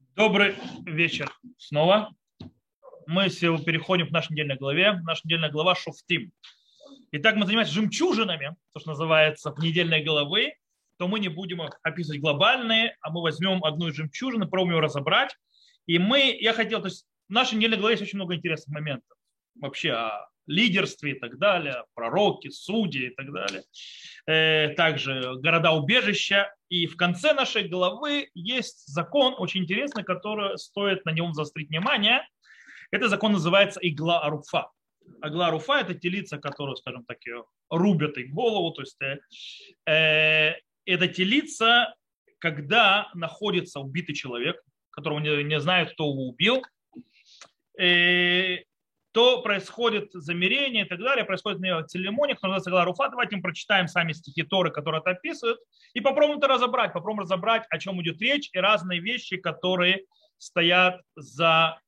Добрый вечер снова. Мы переходим к нашей недельной главе. Наша недельная глава Шофтим. Итак, мы занимаемся жемчужинами, то, что называется, в недельной главы. То мы не будем описывать глобальные, а мы возьмем одну из жемчужин и попробуем ее разобрать. Я хотел, то есть в нашей недельной главе есть очень много интересных моментов. Вообще о лидерстве и так далее, пророки, судьи и так далее. Также города-убежища. И в конце нашей главы есть закон очень интересный, который стоит на нем заострить внимание. Этот закон называется Игла Аруфа. Игла Аруфа – это телица, которую, скажем так, рубят и голову. То есть это телица, когда находится убитый человек, которого не знают, кто его убил, то происходит замерение и так далее, происходит церемония, которая называется Игла Аруфа. Давайте мы прочитаем сами стихи Торы, которые это описывают, и попробуем это разобрать, о чем идет речь, и разные вещи, которые стоят за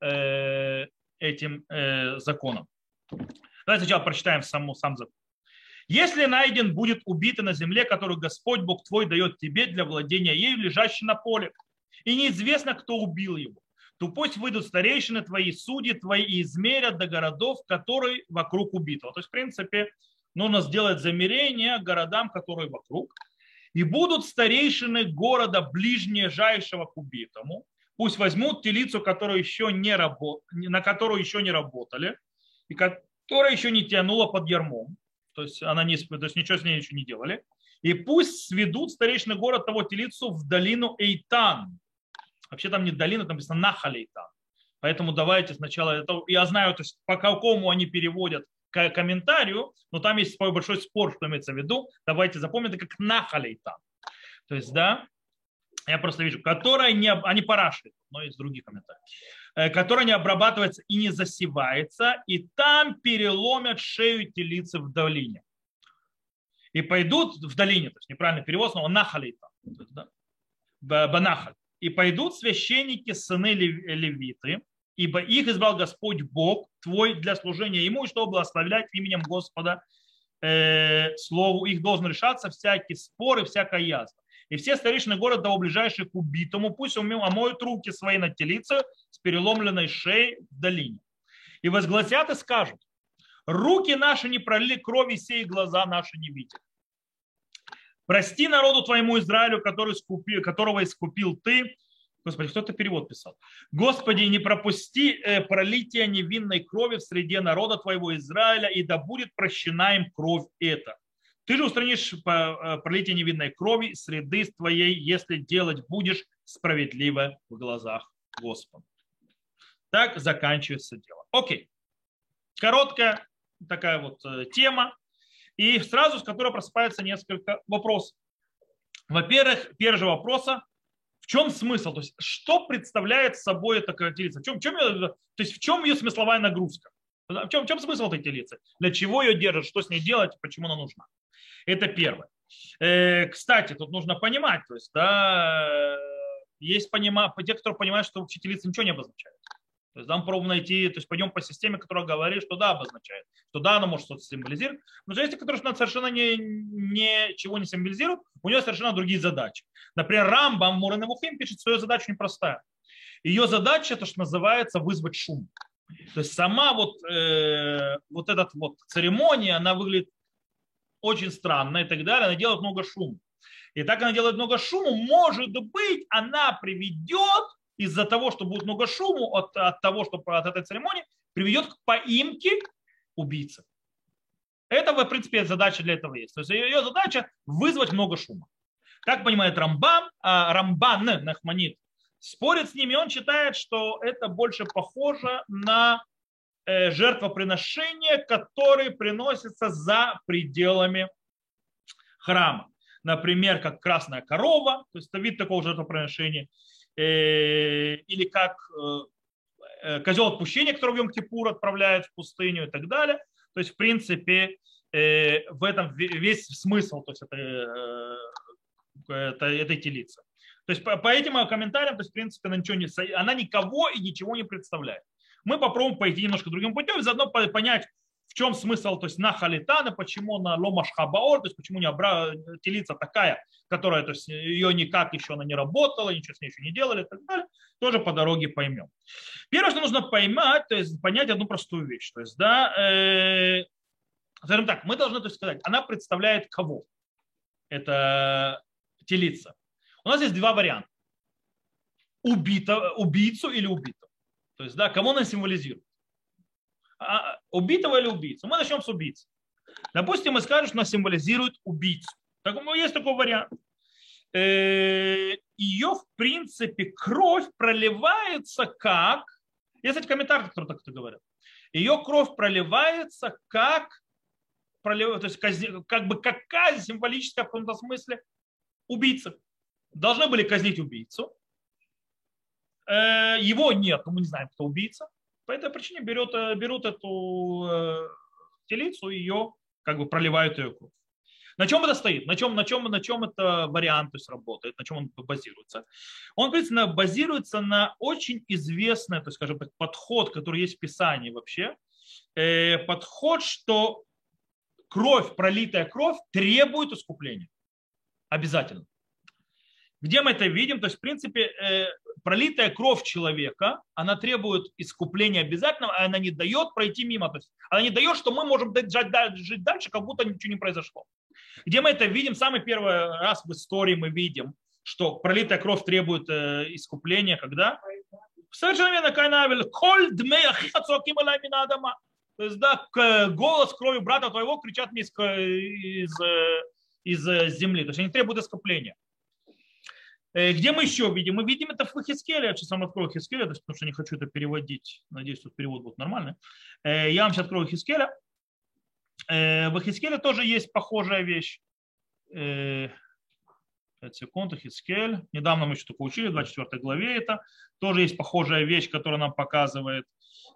этим законом. Давайте сначала прочитаем сам закон. Если найден будет убитый на земле, которую Господь Бог твой дает тебе для владения ею, лежащий на поле, и неизвестно, кто убил его, то пусть выйдут старейшины твои, судьи твои и измерят до городов, которые вокруг убитого. То есть, в принципе, нужно сделать замерение городам, которые вокруг. И будут старейшины города ближнежайшего к убитому. Пусть возьмут телицу, на которую еще не работали, и которая еще не тянула под ярмом. То есть, ничего с ней еще не делали. И пусть сведут старейшины город того телицу в долину Эйтан. Вообще там не долина, там написано Нахалейтан. Поэтому давайте сначала, я знаю, то есть по какому они переводят к комментарию, но там есть большой спор, что имеется в виду. Давайте запомним это как Нахалейтан. То есть, да, я просто вижу, которая не, они параши, но есть другие комментарии, которая не обрабатывается и не засевается, и там переломят шею телицы в долине. И пойдут в долине, то есть неправильный перевод, но Нахалейтан. Да, Банахаль. И пойдут священники, сыны левиты, ибо их избрал Господь Бог твой для служения Ему, и чтобы благословлять именем Господа слову. Их должен решаться всякий спор и всякая язва. И все старейшины города, ближайшие к убитому, пусть омоют руки свои над телицей с переломленной шеей в долине. И возгласят и скажут: руки наши не пролили крови сей, глаза наши не видят. Прости народу твоему Израилю, которого искупил ты. Господи, кто это перевод писал? Господи, не пропусти пролития невинной крови в среде народа твоего Израиля, и да будет прощена им кровь эта. Ты же устранишь пролитие невинной крови среды твоей, если делать будешь справедливо в глазах Господа. Так заканчивается дело. Окей. Короткая такая вот тема. И сразу с которой просыпается несколько вопросов. Во-первых, первый же вопрос: в чем смысл? То есть, что представляет собой эта телица? В чем ее смысловая нагрузка? В чем смысл этой телицы? Для чего ее держат? Что с ней делать? Почему она нужна? Это первое. Кстати, тут нужно понимать, то есть, да, есть те, кто понимают, что телица ничего не обозначает. То есть нам пробуем найти, то есть пойдем по системе, которая говорит, что да, обозначает, что да, она может что-то символизировать. Но есть, которые совершенно ничего не символизируют, у нее совершенно другие задачи. Например, Рамбам Морeh Невухим пишет, что ее задача непростая. Ее задача, то, что называется, вызвать шум. То есть сама вот эта вот церемония, она выглядит очень странно и так далее, она делает много шума. И так она делает много шума, может быть, она приведет, из-за того, что будет много шума от этой церемонии, приведет к поимке убийцы. Это, в принципе, задача для этого есть. То есть ее задача вызвать много шума. Как понимает Рамбан Нахманит спорит с ними, он считает, что это больше похоже на жертвоприношения, которые приносятся за пределами храма. Например, как красная корова, то есть это вид такого жертвоприношения, или как козел отпущения, который в Йом-Кипур отправляют в пустыню и так далее. То есть, в принципе, в этом весь смысл, то есть, этой телицы. То есть, по этим комментариям, то есть, в принципе, она никого и ничего не представляет. Мы попробуем пойти немножко другим путем, заодно понять, в чем смысл, то есть на халитана, почему на ломашхабаор, то есть почему не телица такая, которая, то есть ее никак еще она не работала, ничего с ней еще не делали и так далее, тоже по дороге поймем. Первое, что нужно поймать, то есть понять одну простую вещь. То есть, да, скажем так, мы должны то есть, сказать, она представляет кого? Это телица. У нас есть два варианта. Убийцу или убитого. То есть, да, кого она символизирует? Убитого или убийцу? Мы начнем с убийцы. Допустим, мы скажем, что она символизирует убийцу. Так, есть такой вариант. Ее, в принципе, кровь проливается как... Есть эти комментарии, которые так это говорят. Ее кровь проливается как... То есть, как бы как казнь символическая в каком-то смысле убийцы. Должны были казнить убийцу. Его нет, мы не знаем, кто убийца. По этой причине берут эту телицу и ее как бы проливают ее кровь. На чем это стоит? На чем это вариант то есть, работает? На чем он базируется? Он, в принципе, базируется на очень известный, то есть, скажем так, подход, который есть в Писании вообще. Подход, что пролитая кровь требует искупления. Обязательно. Где мы это видим? То есть, в принципе, пролитая кровь человека, она требует искупления обязательно, а она не дает пройти мимо. То есть, она не дает, что мы можем жить дальше, как будто ничего не произошло. Где мы это видим? Самый первый раз в истории мы видим, что пролитая кровь требует искупления. Когда? Совершенно верно, Кайнавель. Коль дмей ахицоким аламина адама. То есть, да, голос крови брата твоего кричат мне из земли. То есть, они требуют искупления. Где мы еще видим? Мы видим это в Хискеле. Я сейчас вам открою Хискеля, потому что не хочу это переводить. Надеюсь, тут перевод будет нормальный. Я вам сейчас открою Хискеля. В Хискеле тоже есть похожая вещь. 5 секунд, Хискель. Недавно мы еще только учили, в 24 главе это. Тоже есть похожая вещь, которая нам показывает.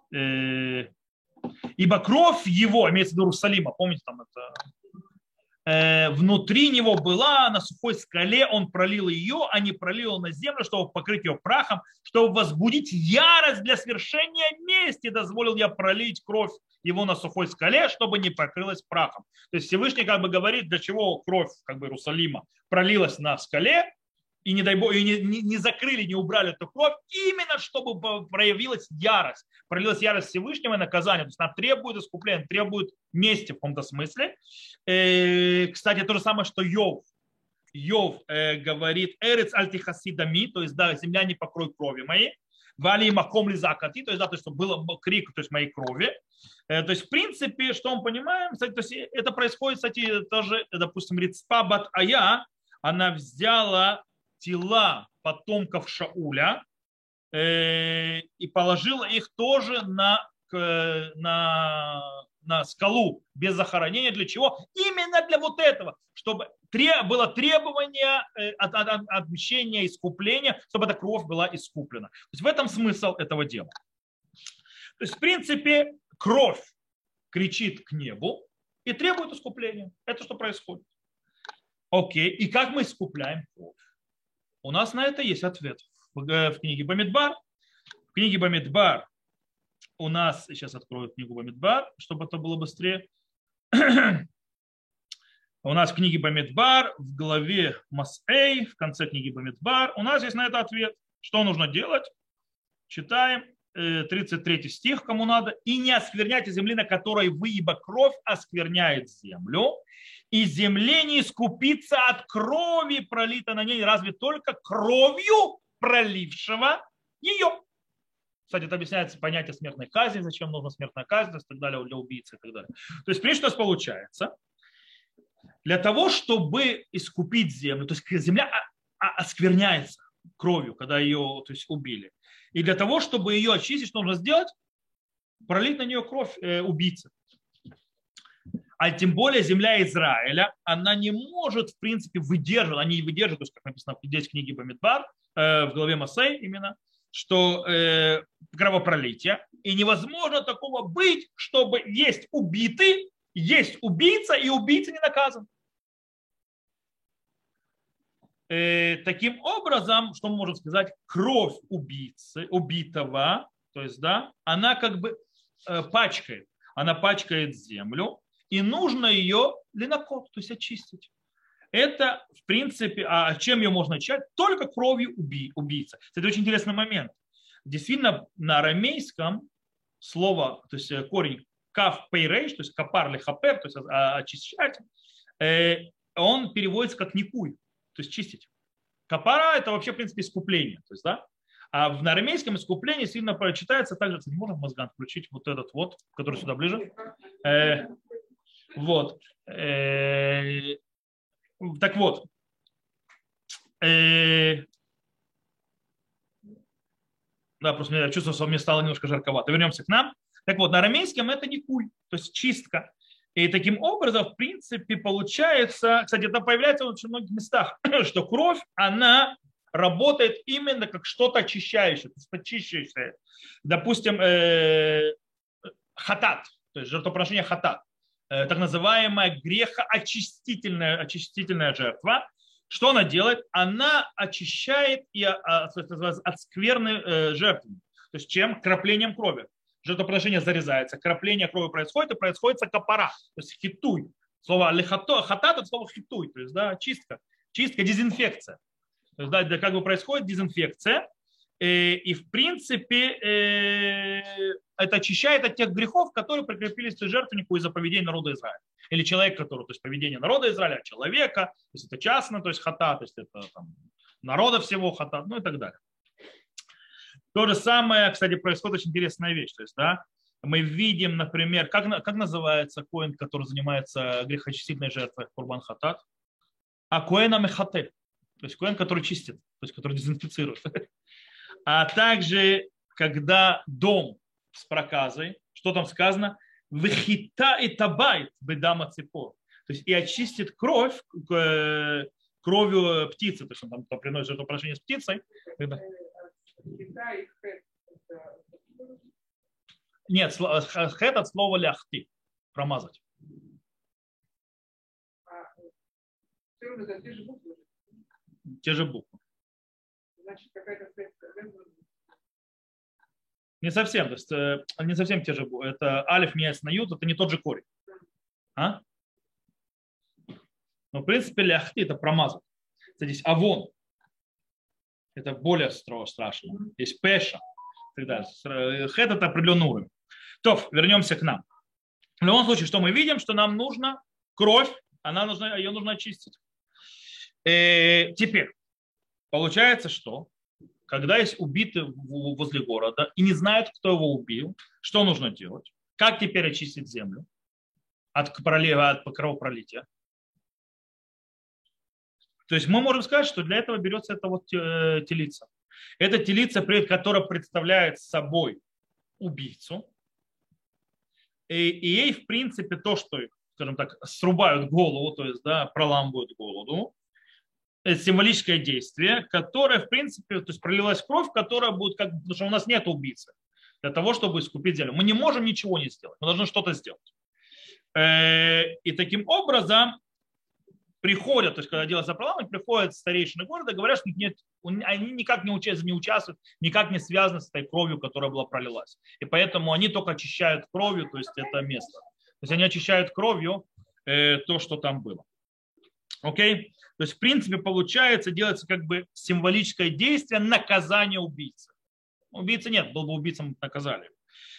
Ибо кровь его, имеется в виду Иерусалима, помните, там это... внутри него была на сухой скале, он пролил ее, а не пролил на землю, чтобы покрыть ее прахом, чтобы возбудить ярость для свершения мести, дозволил я пролить кровь его на сухой скале, чтобы не покрылась прахом. То есть Всевышний как бы говорит, для чего кровь как бы Иерусалима пролилась на скале, и не дай бог, и не закрыли, не убрали эту кровь, именно чтобы проявилась ярость. Пролилась ярость Всевышнего и наказание. То есть она требует искупления, требует мести в каком-то смысле. Кстати, то же самое, что Йов. Йов говорит, «Эрец альтихасидами», то есть, да, земля не покрой крови моей. «Вали маком лизакати», то есть, да, то есть, чтобы был крик, то есть, моей крови. То есть, в принципе, что мы понимаем, кстати, то есть, это происходит, кстати, тоже, допустим, Рицпа бат Ая, она взяла тела потомков Шауля и положила их тоже на скалу без захоронения. Для чего? Именно для вот этого, чтобы было требование отмщения, искупления, чтобы эта кровь была искуплена. То есть в этом смысл этого дела. То есть в принципе кровь кричит к небу и требует искупления. Это что происходит. Окей. И как мы искупляем кровь? У нас на это есть ответ в книге Бамидбар. В книге Бамидбар у нас, сейчас открою книгу Бамидбар, чтобы это было быстрее. У нас в книге Бамидбар, в главе Масэй, в конце книги Бамидбар, у нас есть на это ответ. Что нужно делать? Читаем 33 стих, кому надо. «И не оскверняйте земли, на которой вы, ибо кровь оскверняет землю, и земле не искупиться от крови, пролитой на ней, разве только кровью пролившего ее». Кстати, это объясняется понятие смертной казни, зачем нужна смертная казнь, и так далее, для убийцы и так далее. То есть, что получается? Для того, чтобы искупить землю, то есть земля оскверняется кровью, когда ее то есть, убили. И для того, чтобы ее очистить, что нужно сделать? Пролить на нее кровь убийцы. А тем более земля Израиля, она не может, в принципе, выдерживать, она не выдерживает, то есть, как написано здесь в книге Бамидбар, в главе Масей именно, что кровопролитие, и невозможно такого быть, чтобы есть убитый, есть убийца, и убийца не наказан. Таким образом, что мы можем сказать, кровь убийцы, убитого, то есть, да, она как бы пачкает. она пачкает землю, и нужно ее ленокот, то есть очистить. Это, в принципе, а чем ее можно очищать? Только кровью убийцы. Это очень интересный момент. Действительно, на арамейском слово, то есть корень каф пейрейш, то есть капар ли хапер, то есть очищать, он переводится как никуй, то есть чистить. Капара это вообще, в принципе, искупление. То есть, да? А в арамейском искуплении сильно прочитается также, кстати, можно мозган включить вот этот вот, который сюда ближе. Вот. Так вот. Да, просто я чувствую, что мне стало немножко жарковато. Вернемся к нам. Так вот, на арамейском это никуй, то есть чистка. И таким образом, в принципе, получается, кстати, это появляется в очень многих местах, что кровь, она работает именно как что-то очищающее, то есть очищающее. Допустим, хатат, то есть жертвоприношение хатат, так называемая грехоочистительная жертва. Что она делает? Она очищает и от скверны жертвы. То есть чем? Краплением крови. Жертвоприношение зарезается, крапление крови происходит, и происходит капара, то есть хитуй. Слово хатат – это слово хитуй, то есть да, чистка, дезинфекция. То есть, да, как бы происходит дезинфекция, и в принципе это очищает от тех грехов, которые прикрепились к жертвеннику из-за поведения народа Израиля. Или человек, который, то есть поведение народа Израиля, человека, то есть это частно, то есть хата, то есть это там, народа всего хата, ну и так далее. То же самое, кстати, происходит очень интересная вещь. То есть, да, мы видим, например, как называется коэн, который занимается грехочистительной жертвой курбан хатат? А коэна мехате. То есть коэн, который чистит, то есть который дезинфицирует. А также, когда дом с проказой, что там сказано? Вехита и табайт бедама ципор. То есть и очистит кровь кровью птицы. То есть он там приносит жертвоприношение с птицей. Нет, хэт от слова ляхти. Промазать. Те же буквы. Значит, какая-то не совсем, то есть не совсем те же буквы. Это алиф меняется на ют, это не тот же корень. А? Но в принципе ляхти это промазать. Здесь авон. Это более страшно. Есть пеша. Хэт это определенный уровень. То, вернемся к нам. В любом случае, что мы видим, что нам нужна кровь, ее нужно очистить. Теперь, получается, что когда есть убитый возле города и не знают, кто его убил, что нужно делать? Как теперь очистить землю от кровопролития? То есть мы можем сказать, что для этого берется эта вот телица. Это телица, которая представляет собой убийцу. И ей, в принципе, то, что, скажем так, срубают голову, то есть да, проламывают голову, это символическое действие, которое, в принципе, то есть пролилась кровь, которая будет, потому что у нас нет убийцы, для того, чтобы искупить землю. Мы не можем ничего не сделать, мы должны что-то сделать. И таким образом приходят, то есть когда делается проламывание, приходят старейшины города, говорят, что они никак не участвуют, никак не связаны с этой кровью, которая была пролилась. И поэтому они только очищают кровью, то есть это место. То есть они очищают кровью то, что там было. Окей? То есть, в принципе, получается, делается как бы символическое действие наказания убийцы. Убийцы нет, был бы убийцам наказали.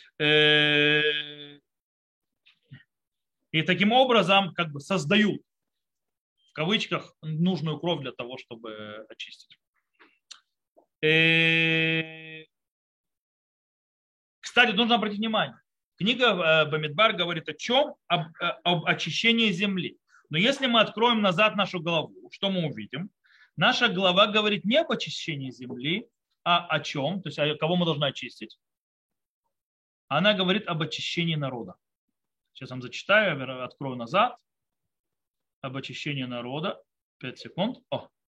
И таким образом как бы создают, в кавычках, нужную кровь для того, чтобы очистить. Кстати, нужно обратить внимание. Книга Бамидбар говорит о чем? Об очищении земли. Но если мы откроем назад нашу голову, что мы увидим? Наша голова говорит не об очищении земли, а о чем? То есть кого мы должны очистить? Она говорит об очищении народа. Сейчас я вам зачитаю, открою назад. Об очищении народа. 5 секунд.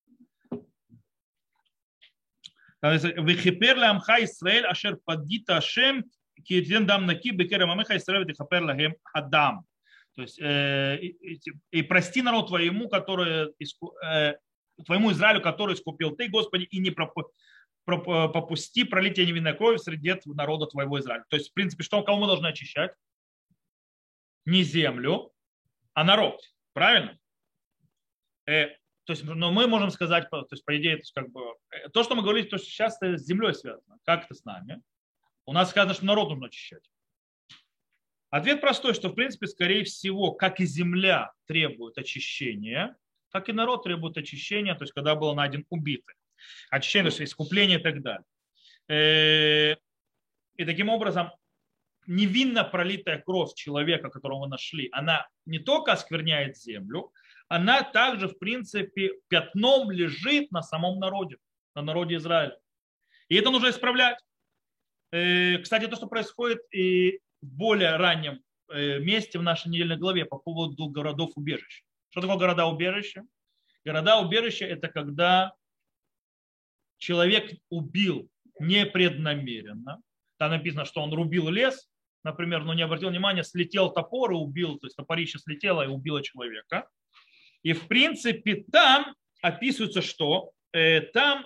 Вихипер ламха Исраэль ашер падита Ашем кирден дам наки бекерем амеха Исраэль вихипер лахем адам. То есть и прости народ твоему, твоему Израилю, который искупил ты, Господи, и не попусти пролитие невинной крови среди народа твоего Израиля. То есть, в принципе, кого мы должны очищать? не землю, а народ. Правильно? То есть, но мы можем сказать, то есть, по идее, то, есть, как бы, то, что мы говорили, то, что сейчас это с землей связано. Как это с нами? У нас сказано, что народ нужно очищать. Ответ простой, что, в принципе, скорее всего, как и земля требует очищения, так и народ требует очищения, то есть, когда был найден убитый. Очищение, то есть, искупление и так далее. И таким образом, невинно пролитая кровь человека, которого мы нашли, она не только оскверняет землю, она также, в принципе, пятном лежит на самом народе, на народе Израиля. И это нужно исправлять. Кстати, то, что происходит и в более раннем месте в нашей недельной главе по поводу городов-убежищ. Что такое города-убежища? Города-убежища – это когда человек убил непреднамеренно. Там написано, что он рубил лес, например, но не обратил внимания, слетел топор и убил, то есть топорище слетело и убило человека. И в принципе там описывается, что там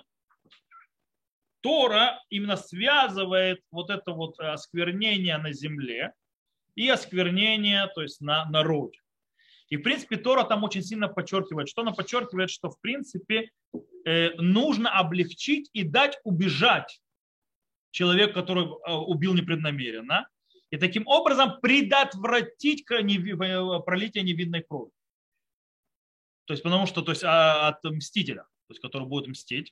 Тора именно связывает вот это вот осквернение на земле и осквернение, то есть на народе. И в принципе Тора там очень сильно подчеркивает, что она подчеркивает, что в принципе нужно облегчить и дать убежать человеку, который убил непреднамеренно, и таким образом предотвратить пролитие невинной крови. То есть потому что, то есть от мстителя, то есть который будет мстить.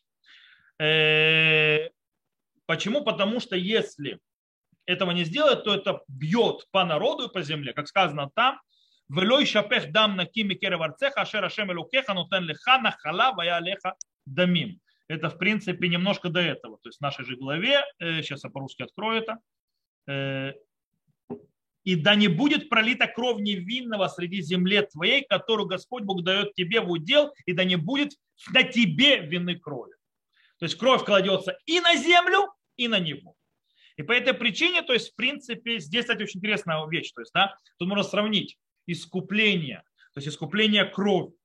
Почему? Потому что если этого не сделать, то это бьет по народу и по земле, как сказано там. Велой шапех дам наким микерев арцеха, ашер ашем элукеха нутен леха нахала вая леха дамим. Это, в принципе, немножко до этого. То есть в нашей же главе, сейчас я по-русски открою это. И да не будет пролита кровь невинного среди земли твоей, которую Господь Бог дает тебе в удел, и да не будет на тебе вины крови. То есть кровь кладется и на землю, и на него. И по этой причине, то есть, в принципе, здесь, кстати, очень интересная вещь. То есть, да, тут можно сравнить искупление, то есть искупление крови.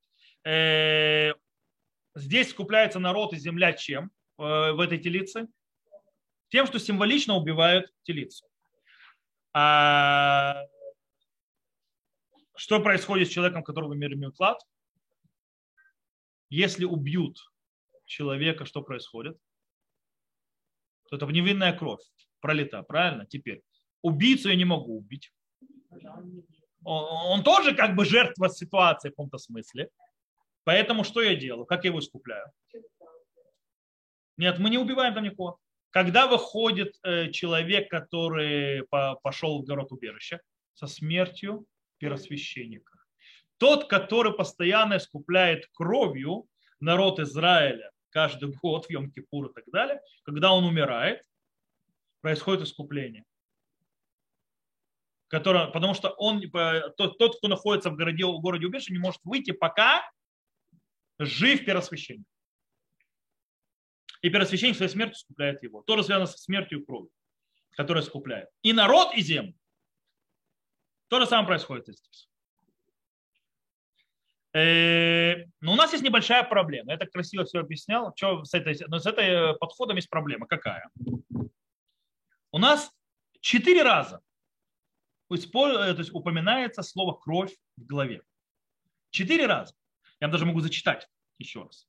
Здесь искупляется народ и земля чем в этой телице? Тем, что символично убивают телицу. А что происходит с человеком, которого имеет клад? Если убьют человека, что происходит? То это невинная кровь пролита, правильно? Теперь убийцу я не могу убить. Он тоже как бы жертва ситуации в каком-то смысле. Поэтому что я делаю? Как я его искупляю? Нет, мы не убиваем там никого. Когда выходит человек, который пошел в город убежища со смертью первосвященника, тот, который постоянно искупляет кровью народ Израиля каждый год в Йом-Кипур и так далее, когда он умирает, происходит искупление. Потому что тот, кто находится в городе убежища, не может выйти, пока жив первосвященник. И первосвященник своей смертью искупляет его. То же связано со смертью и кровью, которая искупляет. И народ, и землю. То же самое происходит и здесь. Но у нас есть небольшая проблема. Я так красиво все объяснял. Но с этой подходом есть проблема. Какая? У нас 4 раза то есть упоминается слово кровь в главе. 4 раза. Я вам даже могу зачитать еще раз.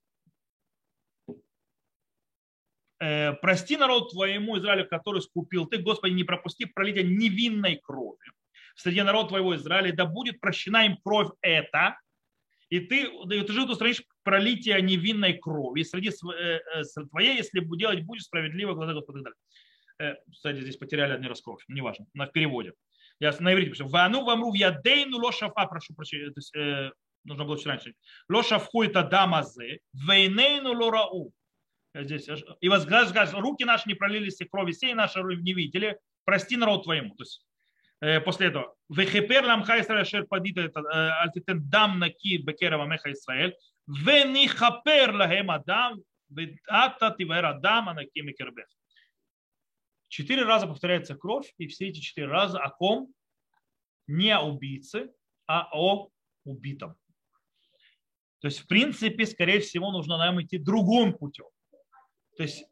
Прости народ твоему, Израилю, который скупил ты, Господи, не пропусти пролития невинной крови. Среди народа твоего Израиля, да будет прощена им кровь эта, и ты же устранишь пролитие невинной крови. И среди твоей, если делать будешь справедливо в глаза Господа и так далее. Кстати, здесь потеряли один раз кровь, неважно, в переводе. Я на иврите пишу. Вану вамру в ядейну лошафа, прошу прощения, то есть, нужно было чуть раньше. Лошафху это дамазе, вейнейну лорау. Здесь, и возглашать, руки наши не пролились, и крови сей наши не видели, прости народ твоему. То есть, после этого, вехепер ламха Исраэль шер падита альтитен дам наки бекерава меха Исраэль, венихапер лахем адам, вата тивер адам анаки мекербех. 4 раза повторяется кровь, и все эти 4 раза о ком? Не о убийце, а о убитом. То есть, в принципе, скорее всего, нужно нам идти другим путем. То есть,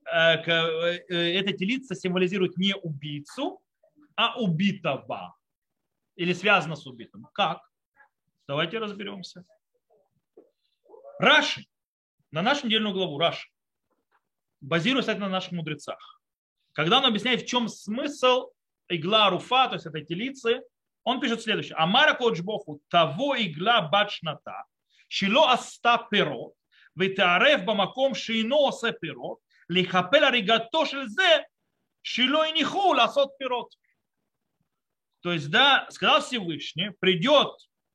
эта телица символизирует не убийцу, а убитого. или связано с убитым. Как? Давайте разберемся. Раши, на нашу недельную главу Раши, базируясь на наших мудрецах, когда он объясняет, в чем смысл игла руфа, то есть этой телицы, он пишет следующее. Амара кодж боху того игла бачната, шило аста перот, ветаарев бамаком шейно осе перот, лихапел аригато шельзе, шило и ниху ласот перот. То есть, да, сказал Всевышний, придет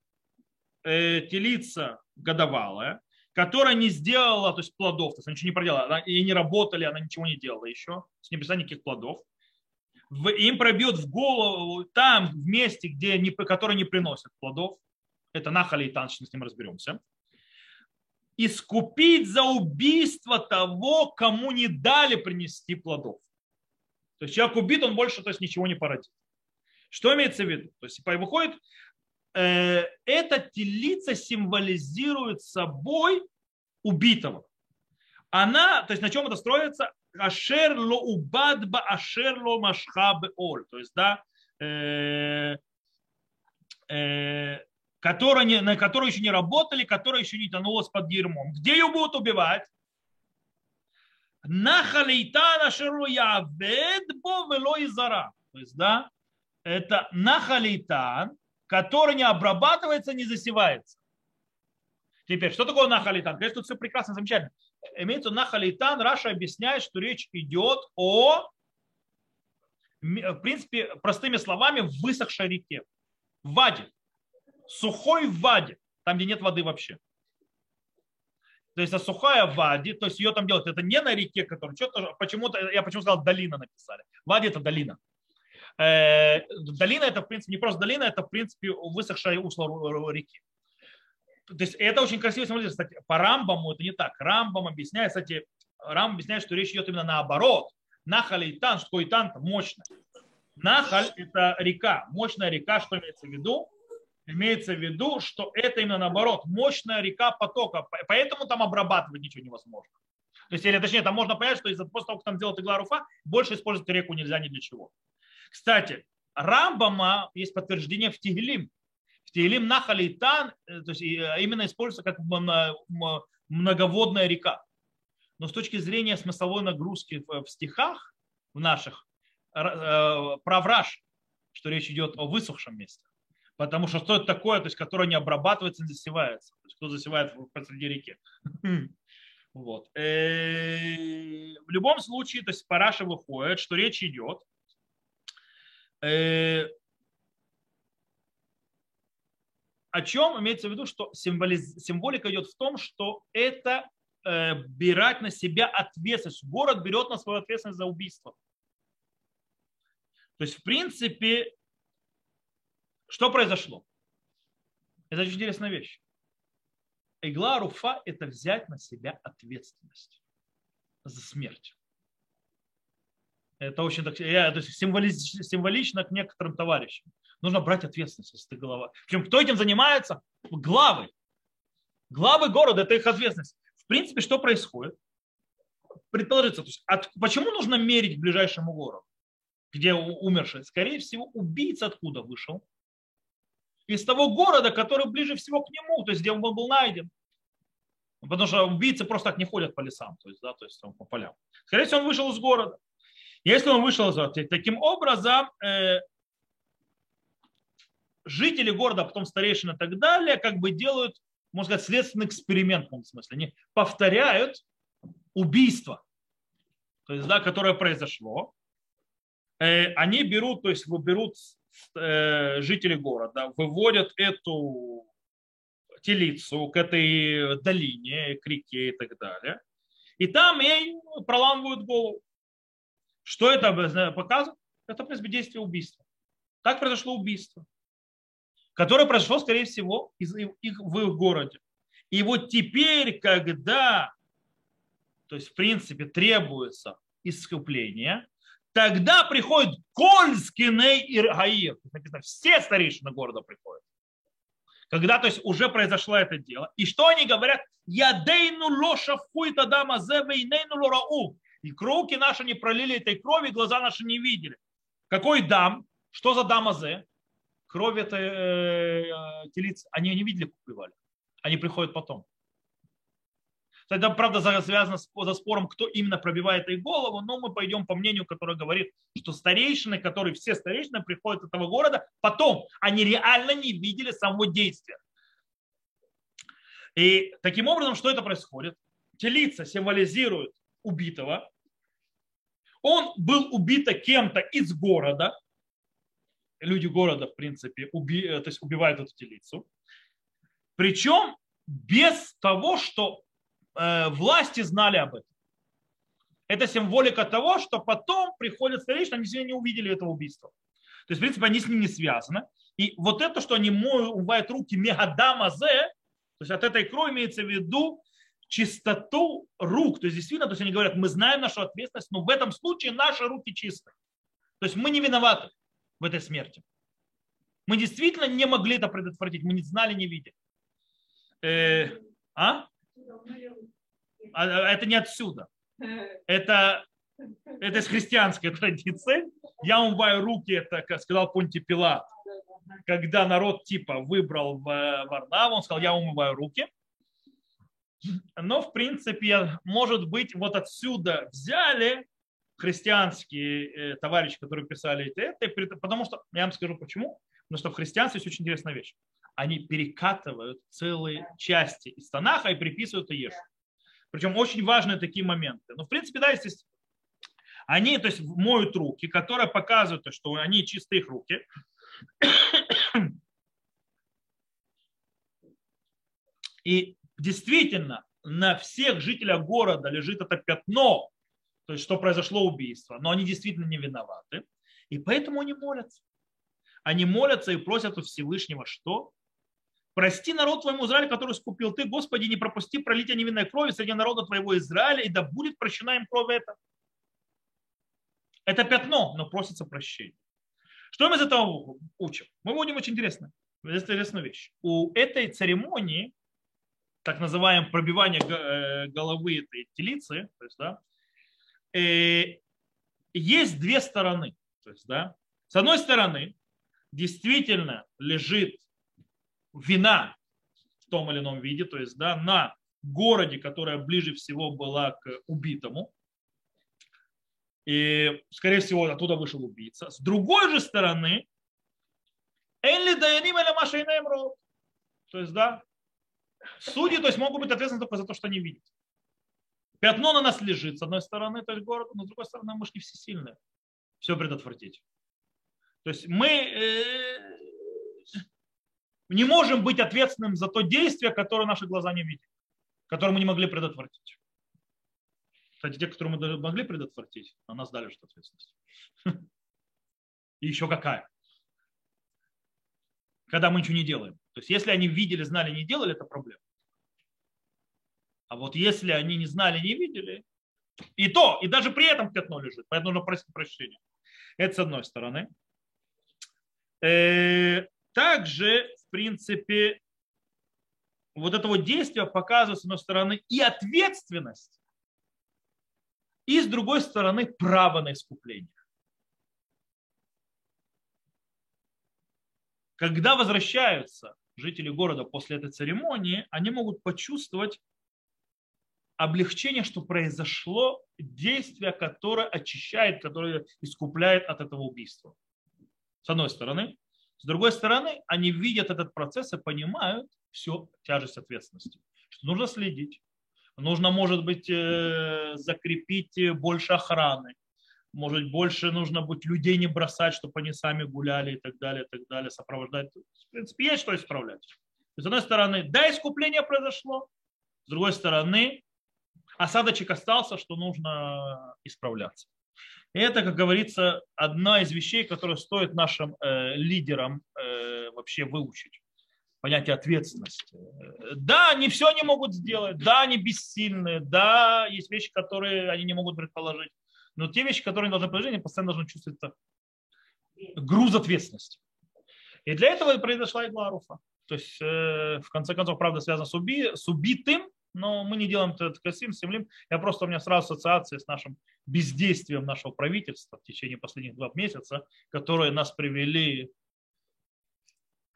телица годовалая, которая не сделала, то есть плодов, то есть она ничего не проделала, и не работали, она ничего не делала еще, с не писала никаких плодов. Им пробьет в голову там, в месте, которые не приносят плодов, это нахали и тан, с ним разберемся, искупить за убийство того, кому не дали принести плодов. То есть человек убит, он больше, то есть ничего не породит. Что имеется в виду? То есть выходит, эта телица символизирует собой убитого. Она, то есть на чем это строится? Ашер ло убадба, ашер ло машха беоль. То есть, да, на которые еще не работали, которые еще не тонулась под дерьмом. Где ее будут убивать? Нахалейтан ашер ло явед бо вело изара. То есть, да, это нахалейтан, который не обрабатывается, не засевается. Теперь, что такое нахалитан? Конечно, тут все прекрасно, замечательно. Имеется нахалитан, Раша объясняет, что речь идет о, в принципе, простыми словами, высохшей реке. В ваде. Сухой в ваде, там, где нет воды вообще. То есть, сухая в ваде, то есть ее там делают. Это не на реке, которая почему-то, я почему сказал, долина написали. Ваде это долина. Долина это, в принципе, не просто долина, это, в принципе, высохшее русло реки. То есть это очень красиво символизирует. Кстати, по Рамбаму это не так. Рамбам объясняет, что речь идет именно наоборот. Нахаль и Тан, что такое Итан, мощный. Нахаль это река, мощная река, что имеется в виду? Имеется в виду, что это именно наоборот, мощная река потока, поэтому там обрабатывать ничего невозможно. То есть, или точнее, там можно понять, что после того, как там делают игла руфа, больше использовать реку нельзя ни для чего. Кстати, Рамбама есть подтверждение в Тегелим. В Тегелим Нахаль и Тан, то есть именно используется как многоводная река. Но с точки зрения смысловой нагрузки в стихах в наших, прав Раши, что речь идет о высохшем месте. Потому что это такое, то есть, которое не обрабатывается, не засевается. То есть, кто засевает посреди реки. Вот. В любом случае, то есть по Раши выходит, что речь идет о чем имеется в виду, что символика идет в том, что это брать на себя ответственность. Город берет на свою ответственность за убийство. То есть, в принципе, что произошло? Это очень интересная вещь. Игла руфа – это взять на себя ответственность за смерть. Это очень так, то есть символично к некоторым товарищам. Нужно брать ответственность, если ты глава. Причем кто этим занимается? Главы. Главы города – это их ответственность. В принципе, что происходит? Предположится, то есть, почему нужно мерить к ближайшему городу, где умерший? Скорее всего, убийца откуда вышел? Из того города, который ближе всего к нему, то есть где он был найден. Потому что убийцы просто так не ходят по лесам, то есть, да, то есть по полям. Скорее всего, он вышел из города. Если он вышел из города, таким образом, жители города, а потом старейшины и так далее, как бы делают, можно сказать, следственный эксперимент в том смысле. Они повторяют убийство, то есть, да, которое произошло. Они берут, то есть берут жители города, выводят эту телицу к этой долине, к реке и так далее. И там ей проламывают голову. Что это показывает? Это, в принципе, действие убийства. Так произошло убийство, которое произошло, скорее всего, в их городе. И вот теперь, когда, то есть, в принципе, требуется искупление, тогда приходит Кольскиней и Гаир. Написано, все старейшины города приходят. Когда, то есть, уже произошло это дело. И что они говорят? Ядейну лоша хуйта дама зевейнейну лорау. И руки наши не пролили этой крови, глаза наши не видели. Какой дам? Что за дама зе? кровь этой телицы, они ее не видели, как убивали. Они приходят потом. Это, правда, связано со спором, кто именно пробивает ей голову, но мы пойдем по мнению, которое говорит, что старейшины, которые все старейшины приходят из этого города, потом они реально не видели самого действия. И таким образом, что это происходит? Телица символизирует убитого. Он был убит кем-то из города. Люди города, в принципе, то есть убивают эту телицу. Причем без того, что власти знали об этом. Это символика того, что потом приходят старейшины, они сегодня не увидели этого убийства. То есть, в принципе, они с ним не связаны. И вот это, что они умывают руки мегадамазе, то есть от этой крови имеется в виду чистоту рук. То есть, действительно, то есть они говорят, мы знаем нашу ответственность, но в этом случае наши руки чисты. То есть мы не виноваты в этой смерти. Мы действительно не могли это предотвратить, мы не знали, не видели. Это не отсюда. Это из христианской традиции. Я умываю руки, это, как сказал Понтий Пилат, когда народ типа выбрал Варнаву, он сказал, я умываю руки. Но, в принципе, может быть, вот отсюда взяли христианские товарищи, которые писали это, потому что, я вам скажу почему, потому что в христианстве есть очень интересная вещь. Они перекатывают целые части из Танаха и приписывают Иешу. Причем очень важные такие моменты. Но, в принципе, да, естественно, они, то есть, моют руки, которые показывают, что они чистые их руки. И действительно, на всех жителях города лежит это пятно, то есть, что произошло убийство, но они действительно не виноваты. И поэтому они молятся. Они молятся и просят у Всевышнего что? Прости народ твоему Израилю, который скупил ты, Господи, не пропусти пролитие невинной крови среди народа твоего Израиля, и да будет прощена им кровь эта. Это пятно, но просится прощение. Что мы из этого учим? Мы увидим очень интересную вещь. У этой церемонии, так называемое пробивание головы этой телицы, то есть, да, есть две стороны. То есть, да, с одной стороны, действительно лежит вина в том или ином виде, то есть, да, на городе, которая ближе всего была к убитому. И, скорее всего, оттуда вышел убийца. С другой же стороны, то есть, да, судьи, то есть, могут быть ответственны только за то, что они видят. Пятно на нас лежит, с одной стороны, то есть город, но с другой стороны, мы же не всесильные все предотвратить. То есть мы не можем быть ответственным за то действие, которое наши глаза не видят, которое мы не могли предотвратить. Кстати, те, которые мы могли предотвратить, на нас дали что ответственность. И еще какая? Когда мы ничего не делаем. То есть если они видели, знали, не делали, это проблема. А вот если они не знали, не видели, и то, и даже при этом пятно лежит, поэтому нужно просить прощения. Это с одной стороны. Также, в принципе, вот это вот действие показывает, с одной стороны, и ответственность, и, с другой стороны, право на искупление. Когда возвращаются жители города после этой церемонии, они могут почувствовать облегчение, что произошло действие, которое очищает, которое искупляет от этого убийства. С одной стороны. С другой стороны, они видят этот процесс и понимают всю тяжесть ответственности. Что нужно следить. Нужно, может быть, закрепить больше охраны. Может, больше нужно быть людей не бросать, чтобы они сами гуляли и так далее, сопровождать. В принципе, есть что исправлять. С одной стороны, да, искупление произошло. С другой стороны, осадочек остался, что нужно исправляться. И это, как говорится, одна из вещей, которая стоит нашим лидерам вообще выучить. Понятие ответственности. Да, не все они могут сделать, да, они бессильны, да, есть вещи, которые они не могут предположить. Но те вещи, которые они должны предположить, они постоянно должны чувствовать груз ответственности. И для этого и произошла игла Аруфа. То есть, в конце концов, правда, связано с убитым, но мы не делаем это красивым, стремлим. У меня сразу ассоциации с нашим бездействием нашего правительства в течение последних 2 месяца, которые нас привели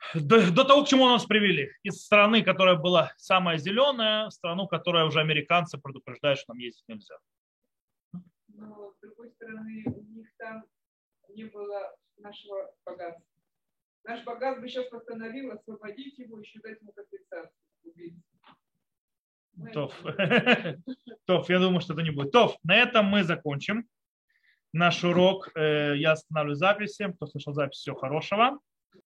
до того, к чему нас привели. Из страны, которая была самая зеленая, в страну, которая уже американцы предупреждают, что нам ездить нельзя. Но, с другой стороны, у них там не было нашего богатства. Наш богат бы сейчас постановил освободить его и еще дать ему компенсацию убийце. Тоф, я думаю, что это не будет. Тоф, на этом мы закончим наш урок. Я останавливаю записи. Кто слышал запись, всего хорошего.